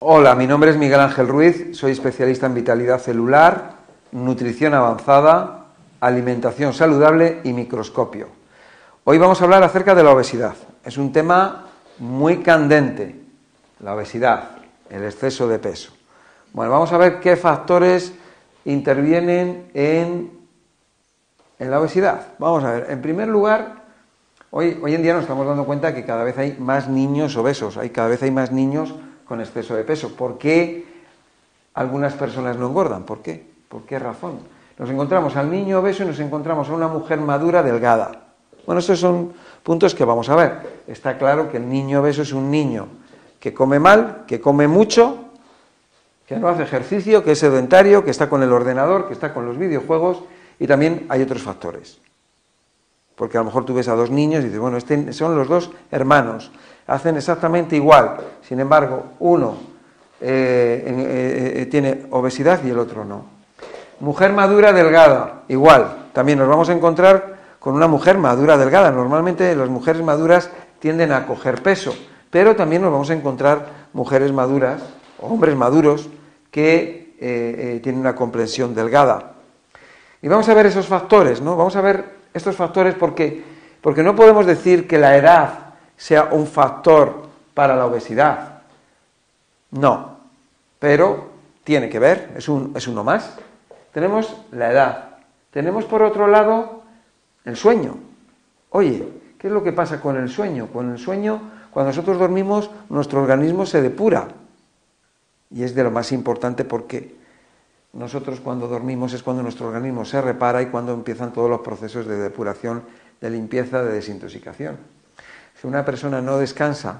Hola, mi nombre es Miguel Ángel Ruiz, soy especialista en vitalidad celular, nutrición avanzada, alimentación saludable y microscopio. Hoy vamos a hablar acerca de la obesidad. Es un tema muy candente, la obesidad, el exceso de peso. Bueno, vamos a ver qué factores intervienen en la obesidad. Vamos a ver, en primer lugar, hoy en día nos estamos dando cuenta que cada vez hay más niños obesos, cada vez hay más niños con exceso de peso. ¿Por qué algunas personas no engordan? ¿Por qué? ¿Por qué razón? Nos encontramos al niño obeso y nos encontramos a una mujer madura delgada. Bueno, estos son puntos que vamos a ver. Está claro que el niño obeso es un niño que come mal, que come mucho, que no hace ejercicio, que es sedentario, que está con el ordenador, que está con los videojuegos, y también hay otros factores. Porque a lo mejor tú ves a dos niños y dices, bueno, son los dos hermanos, hacen exactamente igual, sin embargo, uno tiene obesidad y el otro no. Mujer madura delgada, igual, también nos vamos a encontrar con una mujer madura delgada. Normalmente las mujeres maduras tienden a coger peso, pero también nos vamos a encontrar mujeres maduras, o hombres maduros, que tienen una complexión delgada. Y vamos a ver esos factores, ¿no? Vamos a ver estos factores porque no podemos decir que la edad sea un factor para la obesidad. No, pero tiene que ver, es uno más. Tenemos la edad, tenemos por otro lado el sueño. Oye, ¿qué es lo que pasa con el sueño? Con el sueño, cuando nosotros dormimos, nuestro organismo se depura. Y es de lo más importante porque nosotros cuando dormimos es cuando nuestro organismo se repara y cuando empiezan todos los procesos de depuración, de limpieza, de desintoxicación. Si una persona no descansa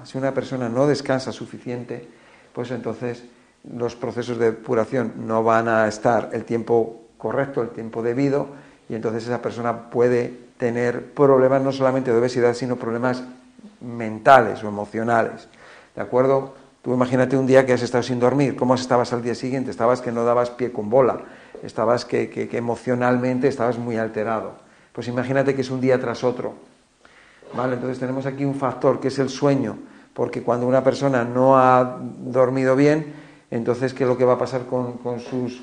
suficiente, pues entonces los procesos de depuración no van a estar el tiempo correcto, el tiempo debido, y entonces esa persona puede tener problemas no solamente de obesidad, sino problemas mentales o emocionales. ¿De acuerdo? Tú imagínate un día que has estado sin dormir, ¿cómo estabas al día siguiente? Estabas que no dabas pie con bola, estabas que emocionalmente estabas muy alterado. Pues imagínate que es un día tras otro. ¿Vale? Entonces tenemos aquí un factor que es el sueño, porque cuando una persona no ha dormido bien, entonces ¿qué es lo que va a pasar con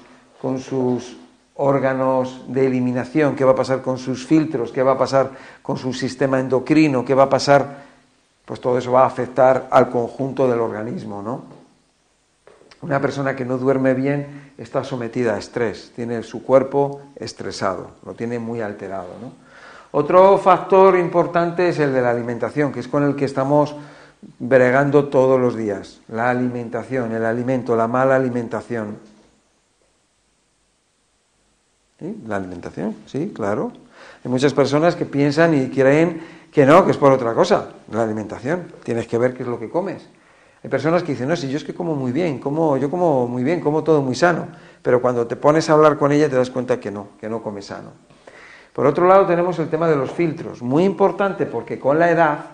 sus órganos de eliminación? ¿Qué va a pasar con sus filtros? ¿Qué va a pasar con su sistema endocrino? ¿Qué va a pasar? Pues todo eso va a afectar al conjunto del organismo, ¿no? Una persona que no duerme bien está sometida a estrés, tiene su cuerpo estresado, lo tiene muy alterado, ¿no? Otro factor importante es el de la alimentación, que es con el que estamos bregando todos los días. La alimentación, el alimento, la mala alimentación. ¿Sí? La alimentación, sí, claro. Hay muchas personas que piensan y creen que no, que es por otra cosa. La alimentación, tienes que ver qué es lo que comes. Hay personas que dicen, no, si yo es que como muy bien, yo como muy bien, como todo muy sano, pero cuando te pones a hablar con ella te das cuenta que no comes sano. Por otro lado tenemos el tema de los filtros, muy importante porque con la edad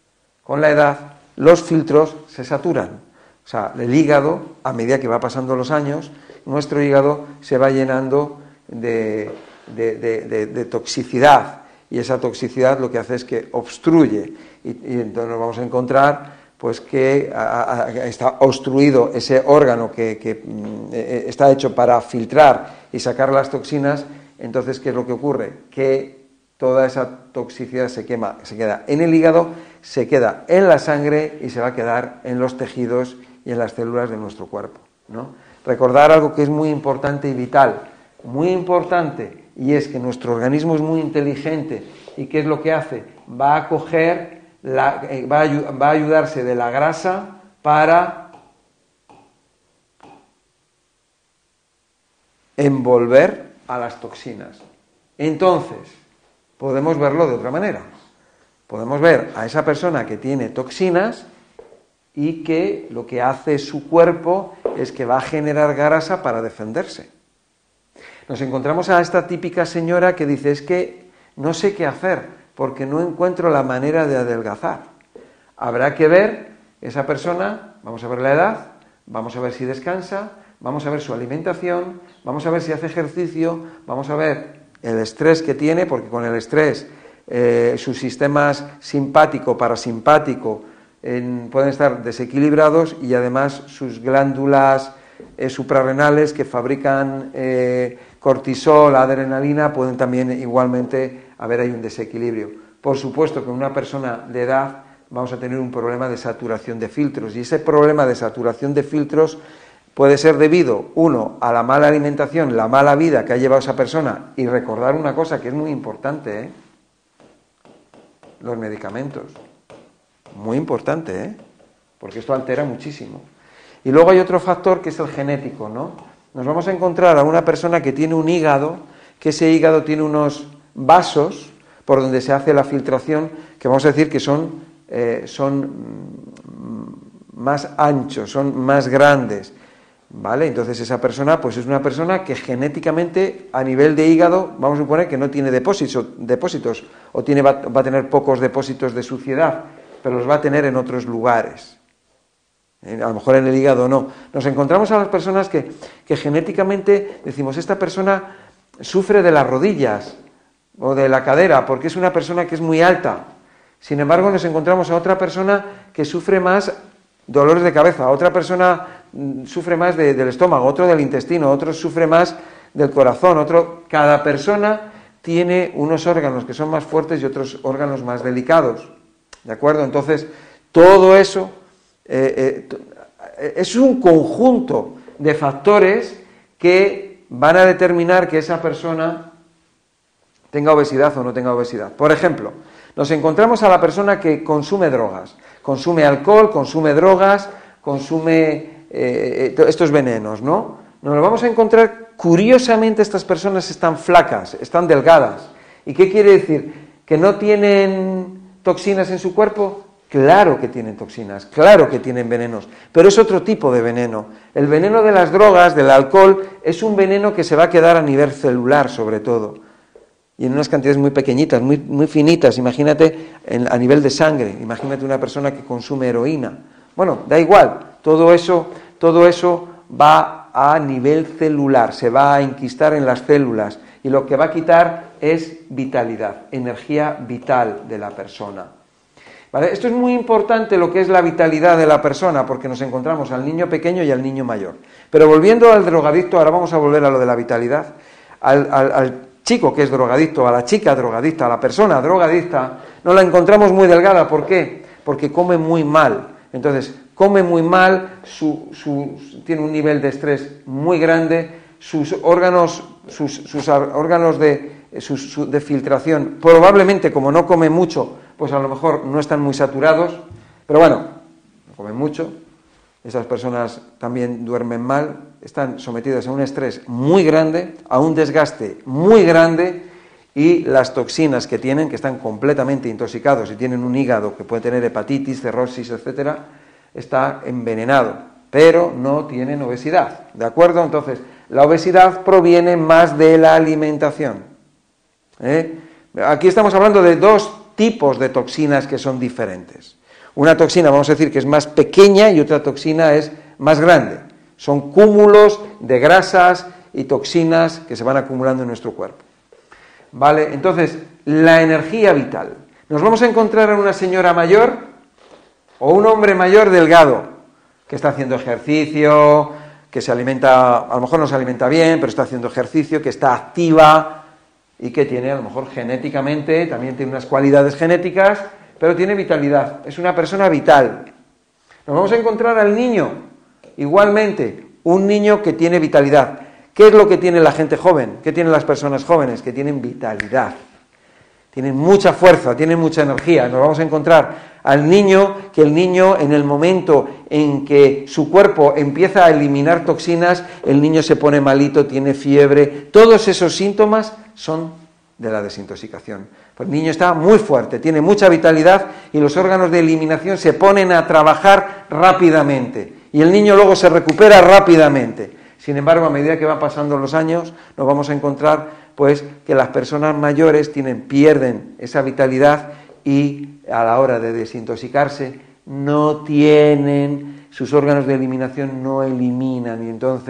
los filtros se saturan. O sea, el hígado, a medida que va pasando los años, nuestro hígado se va llenando de toxicidad, y esa toxicidad lo que hace es que obstruye, y entonces nos vamos a encontrar pues que está obstruido ese órgano que está hecho para filtrar y sacar las toxinas. Entonces, ¿qué es lo que ocurre? Que toda esa toxicidad se queda en el hígado, se queda en la sangre y se va a quedar en los tejidos y en las células de nuestro cuerpo, ¿no? Recordar algo que es muy importante y vital, muy importante, y es que nuestro organismo es muy inteligente. ¿Y qué es lo que hace? Va a coger, va a ayudarse de la grasa para envolver a las toxinas. Entonces, podemos verlo de otra manera. Podemos ver a esa persona que tiene toxinas y que lo que hace su cuerpo es que va a generar grasa para defenderse. Nos encontramos a esta típica señora que dice, es que no sé qué hacer porque no encuentro la manera de adelgazar. Habrá que ver esa persona, vamos a ver la edad, vamos a ver si descansa, vamos a ver su alimentación, vamos a ver si hace ejercicio, vamos a ver el estrés que tiene, porque con el estrés sus sistemas simpático, parasimpático pueden estar desequilibrados y además sus glándulas suprarrenales que fabrican cortisol, adrenalina, pueden también igualmente haber ahí un desequilibrio. Por supuesto que en una persona de edad vamos a tener un problema de saturación de filtros, y ese problema de saturación de filtros puede ser debido, uno, a la mala alimentación, la mala vida que ha llevado esa persona, y recordar una cosa que es muy importante, los medicamentos, muy importante, porque esto altera muchísimo. Y luego hay otro factor que es el genético, ¿no? Nos vamos a encontrar a una persona que tiene un hígado, que ese hígado tiene unos vasos por donde se hace la filtración, que vamos a decir que son más anchos, son más grandes, ¿vale? Entonces esa persona pues es una persona que genéticamente a nivel de hígado vamos a suponer que no tiene depósitos o va a tener pocos depósitos de suciedad, pero los va a tener en otros lugares. A lo mejor en el hígado no. Nos encontramos a las personas que genéticamente decimos, esta persona sufre de las rodillas o de la cadera porque es una persona que es muy alta. Sin embargo, nos encontramos a otra persona que sufre más dolores de cabeza, otra persona sufre más del estómago, otro del intestino, otro sufre más del corazón, cada persona tiene unos órganos que son más fuertes y otros órganos más delicados, ¿de acuerdo? Entonces, todo eso es un conjunto de factores que van a determinar que esa persona tenga obesidad o no tenga obesidad. Por ejemplo, nos encontramos a la persona que consume drogas, consume alcohol, consume drogas, consume estos venenos, ¿no? Nos lo vamos a encontrar, curiosamente estas personas están flacas, están delgadas. ¿Y qué quiere decir? ¿Que no tienen toxinas en su cuerpo? Claro que tienen toxinas, claro que tienen venenos, pero es otro tipo de veneno. El veneno de las drogas, del alcohol, es un veneno que se va a quedar a nivel celular sobre todo, y en unas cantidades muy pequeñitas, muy finitas. Imagínate a nivel de sangre, imagínate una persona que consume heroína. Bueno, da igual, todo eso va a nivel celular, se va a enquistar en las células, y lo que va a quitar es vitalidad, energía vital de la persona. ¿Vale? Esto es muy importante, lo que es la vitalidad de la persona, porque nos encontramos al niño pequeño y al niño mayor. Pero volviendo al drogadicto, ahora vamos a volver a lo de la vitalidad. Al chico que es drogadicto, a la chica drogadicta, a la persona drogadicta, no la encontramos muy delgada. ¿Por qué? Porque come muy mal. Entonces, come muy mal, tiene un nivel de estrés muy grande, sus órganos de filtración, probablemente como no come mucho, pues a lo mejor no están muy saturados, pero bueno, no comen mucho, esas personas también duermen mal, están sometidas a un estrés muy grande, a un desgaste muy grande, y las toxinas que tienen, que están completamente intoxicados y tienen un hígado que puede tener hepatitis, cirrosis, etcétera, está envenenado, pero no tienen obesidad, ¿de acuerdo? Entonces, la obesidad proviene más de la alimentación. Aquí estamos hablando de dos tipos de toxinas que son diferentes. Una toxina, vamos a decir, que es más pequeña, y otra toxina es más grande. Son cúmulos de grasas y toxinas que se van acumulando en nuestro cuerpo. ¿Vale? Entonces, la energía vital. Nos vamos a encontrar a una señora mayor o un hombre mayor delgado que está haciendo ejercicio, que se alimenta, a lo mejor no se alimenta bien, pero está haciendo ejercicio, que está activa y que tiene, a lo mejor genéticamente, también tiene unas cualidades genéticas, pero tiene vitalidad, es una persona vital. Nos vamos a encontrar al niño, igualmente, un niño que tiene vitalidad. ¿Qué es lo que tiene la gente joven? ¿Qué tienen las personas jóvenes? Que tienen vitalidad, tienen mucha fuerza, tienen mucha energía. Nos vamos a encontrar al niño, que el niño, en el momento en que su cuerpo empieza a eliminar toxinas, el niño se pone malito, tiene fiebre. Todos esos síntomas son de la desintoxicación. Pues el niño está muy fuerte, tiene mucha vitalidad, y los órganos de eliminación se ponen a trabajar rápidamente, y el niño luego se recupera rápidamente. Sin embargo, a medida que van pasando los años, nos vamos a encontrar pues que las personas mayores pierden esa vitalidad, y a la hora de desintoxicarse sus órganos de eliminación no eliminan, y entonces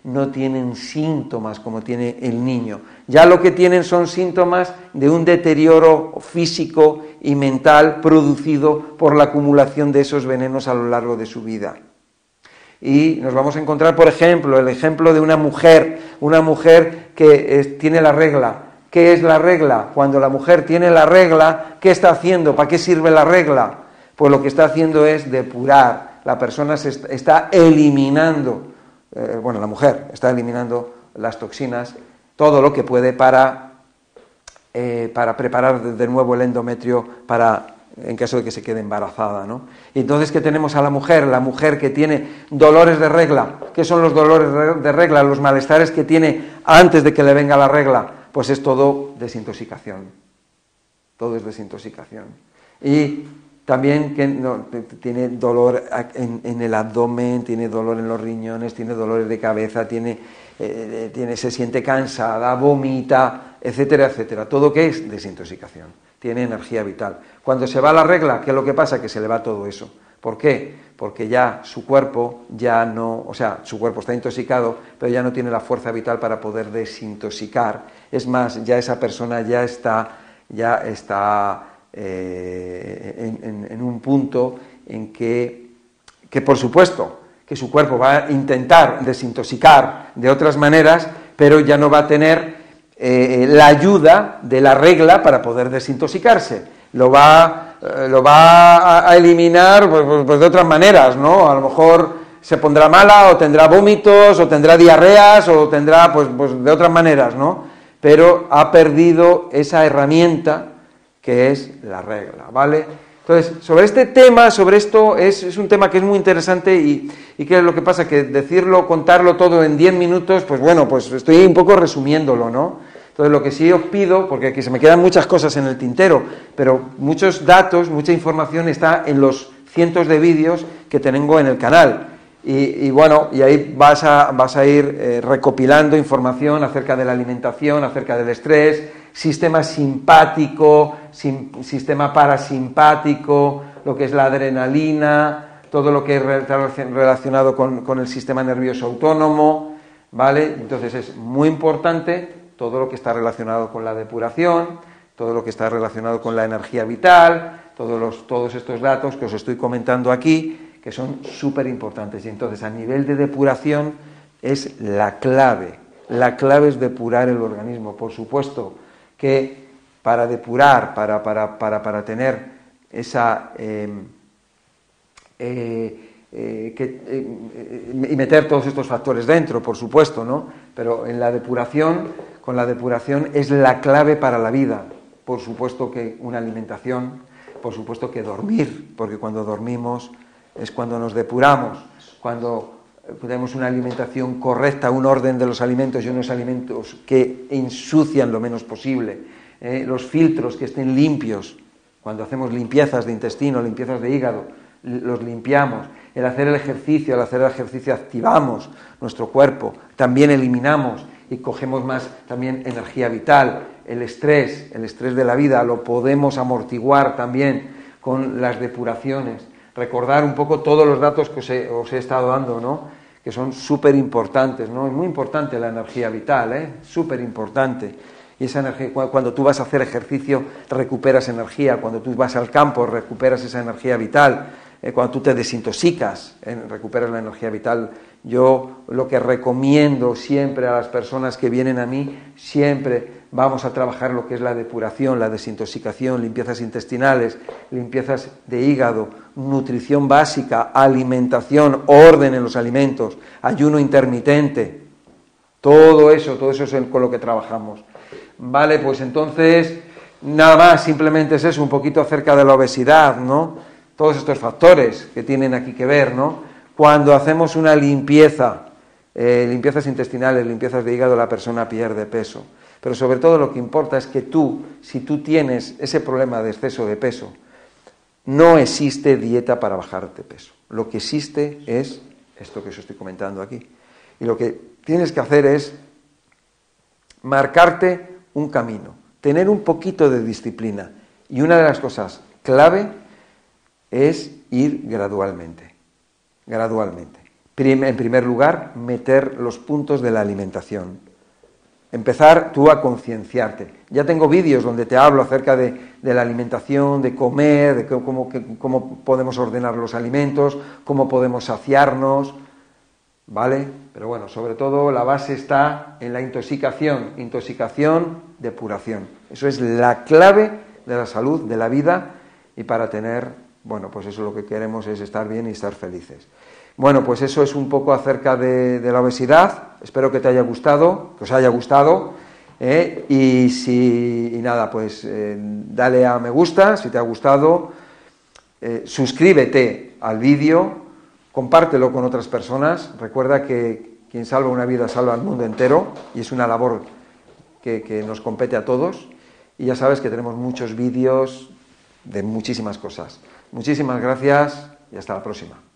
no tienen síntomas como tiene el niño. Ya lo que tienen son síntomas de un deterioro físico y mental producido por la acumulación de esos venenos a lo largo de su vida. Y nos vamos a encontrar, por ejemplo, el ejemplo de una mujer que tiene la regla. ¿Qué es la regla? Cuando la mujer tiene la regla, ¿qué está haciendo? ¿Para qué sirve la regla? Pues lo que está haciendo es depurar. La persona está eliminando, la mujer está eliminando las toxinas, todo lo que puede para preparar de nuevo el endometrio en caso de que se quede embarazada, ¿no? Y entonces, ¿qué tenemos a la mujer? La mujer que tiene dolores de regla. ¿Qué son los dolores de regla? Los malestares que tiene antes de que le venga la regla. Pues es todo desintoxicación. Todo es desintoxicación. Y también tiene dolor en el abdomen, tiene dolor en los riñones, tiene dolores de cabeza, se siente cansada, vomita, etcétera, etcétera. Todo que es desintoxicación. Tiene energía vital. Cuando se va la regla, ¿qué es lo que pasa? Que se le va todo eso. ¿Por qué? Porque ya su cuerpo su cuerpo está intoxicado, pero ya no tiene la fuerza vital para poder desintoxicar. Es más, ya esa persona ya está en un punto en que por supuesto que su cuerpo va a intentar desintoxicar de otras maneras, pero ya no va a tener la ayuda de la regla para poder desintoxicarse. Lo va a eliminar pues de otras maneras, ¿no? A lo mejor se pondrá mala, o tendrá vómitos, o tendrá diarreas, o tendrá pues de otras maneras, ¿no? Pero ha perdido esa herramienta que es la regla, ¿vale? Entonces, sobre este tema, sobre esto, es un tema que es muy interesante y que lo que pasa que contarlo todo en 10 minutos, pues bueno, pues estoy un poco resumiéndolo, ¿no? Entonces, lo que sí os pido, porque aquí se me quedan muchas cosas en el tintero, pero muchos datos, mucha información está en los cientos de vídeos que tengo en el canal. Y ahí vas a ir recopilando información acerca de la alimentación, acerca del estrés, sistema simpático, sistema parasimpático, lo que es la adrenalina, todo lo que está relacionado con el sistema nervioso autónomo, ¿vale? Entonces es muy importante todo lo que está relacionado con la depuración, todo lo que está relacionado con la energía vital, todos estos datos que os estoy comentando aquí, que son súper importantes. Y entonces, a nivel de depuración, es la clave. La clave es depurar el organismo. Por supuesto que para depurar, para tener esa... y meter todos estos factores dentro, por supuesto, ¿no? Pero con la depuración es la clave para la vida. Por supuesto que una alimentación, por supuesto que dormir, porque cuando dormimos es cuando nos depuramos, cuando tenemos una alimentación correcta, un orden de los alimentos y unos alimentos que ensucian lo menos posible, los filtros que estén limpios, cuando hacemos limpiezas de intestino, limpiezas de hígado, los limpiamos. Al hacer el ejercicio activamos nuestro cuerpo, también eliminamos y cogemos más también energía vital. El estrés de la vida lo podemos amortiguar también con las depuraciones. Recordar un poco todos los datos que os he estado dando, ¿no? Que son súper importantes, ¿no? Es muy importante la energía vital, súper importante. Y esa energía, cuando tú vas a hacer ejercicio, recuperas energía. Cuando tú vas al campo, recuperas esa energía vital. Cuando tú te desintoxicas, recuperas la energía vital. Yo lo que recomiendo siempre a las personas que vienen a mí, siempre vamos a trabajar lo que es la depuración, la desintoxicación, limpiezas intestinales, limpiezas de hígado, nutrición básica, alimentación, orden en los alimentos, ayuno intermitente. Todo eso es con lo que trabajamos. Vale, pues entonces, nada más, simplemente es eso, un poquito acerca de la obesidad, ¿no? Todos estos factores que tienen aquí que ver, ¿no? Cuando hacemos una limpiezas intestinales, limpiezas de hígado, la persona pierde peso. Pero sobre todo lo que importa es que si tú tienes ese problema de exceso de peso, no existe dieta para bajarte peso. Lo que existe es esto que os estoy comentando aquí. Y lo que tienes que hacer es marcarte un camino, tener un poquito de disciplina. Y una de las cosas clave es ir gradualmente. En primer lugar, meter los puntos de la alimentación. Empezar tú a concienciarte. Ya tengo vídeos donde te hablo acerca de la alimentación, de comer, de cómo podemos ordenar los alimentos, cómo podemos saciarnos, ¿vale? Pero bueno, sobre todo la base está en la intoxicación, depuración. Eso es la clave de la salud, de la vida, y para tener, bueno, pues eso lo que queremos es estar bien y estar felices. Bueno, pues eso es un poco acerca de la obesidad. Espero que te haya gustado, que os haya gustado. Y nada, pues dale a me gusta si te ha gustado. Suscríbete al vídeo, compártelo con otras personas. Recuerda que quien salva una vida salva al mundo entero y es una labor que nos compete a todos. Y ya sabes que tenemos muchos vídeos de muchísimas cosas. Muchísimas gracias y hasta la próxima.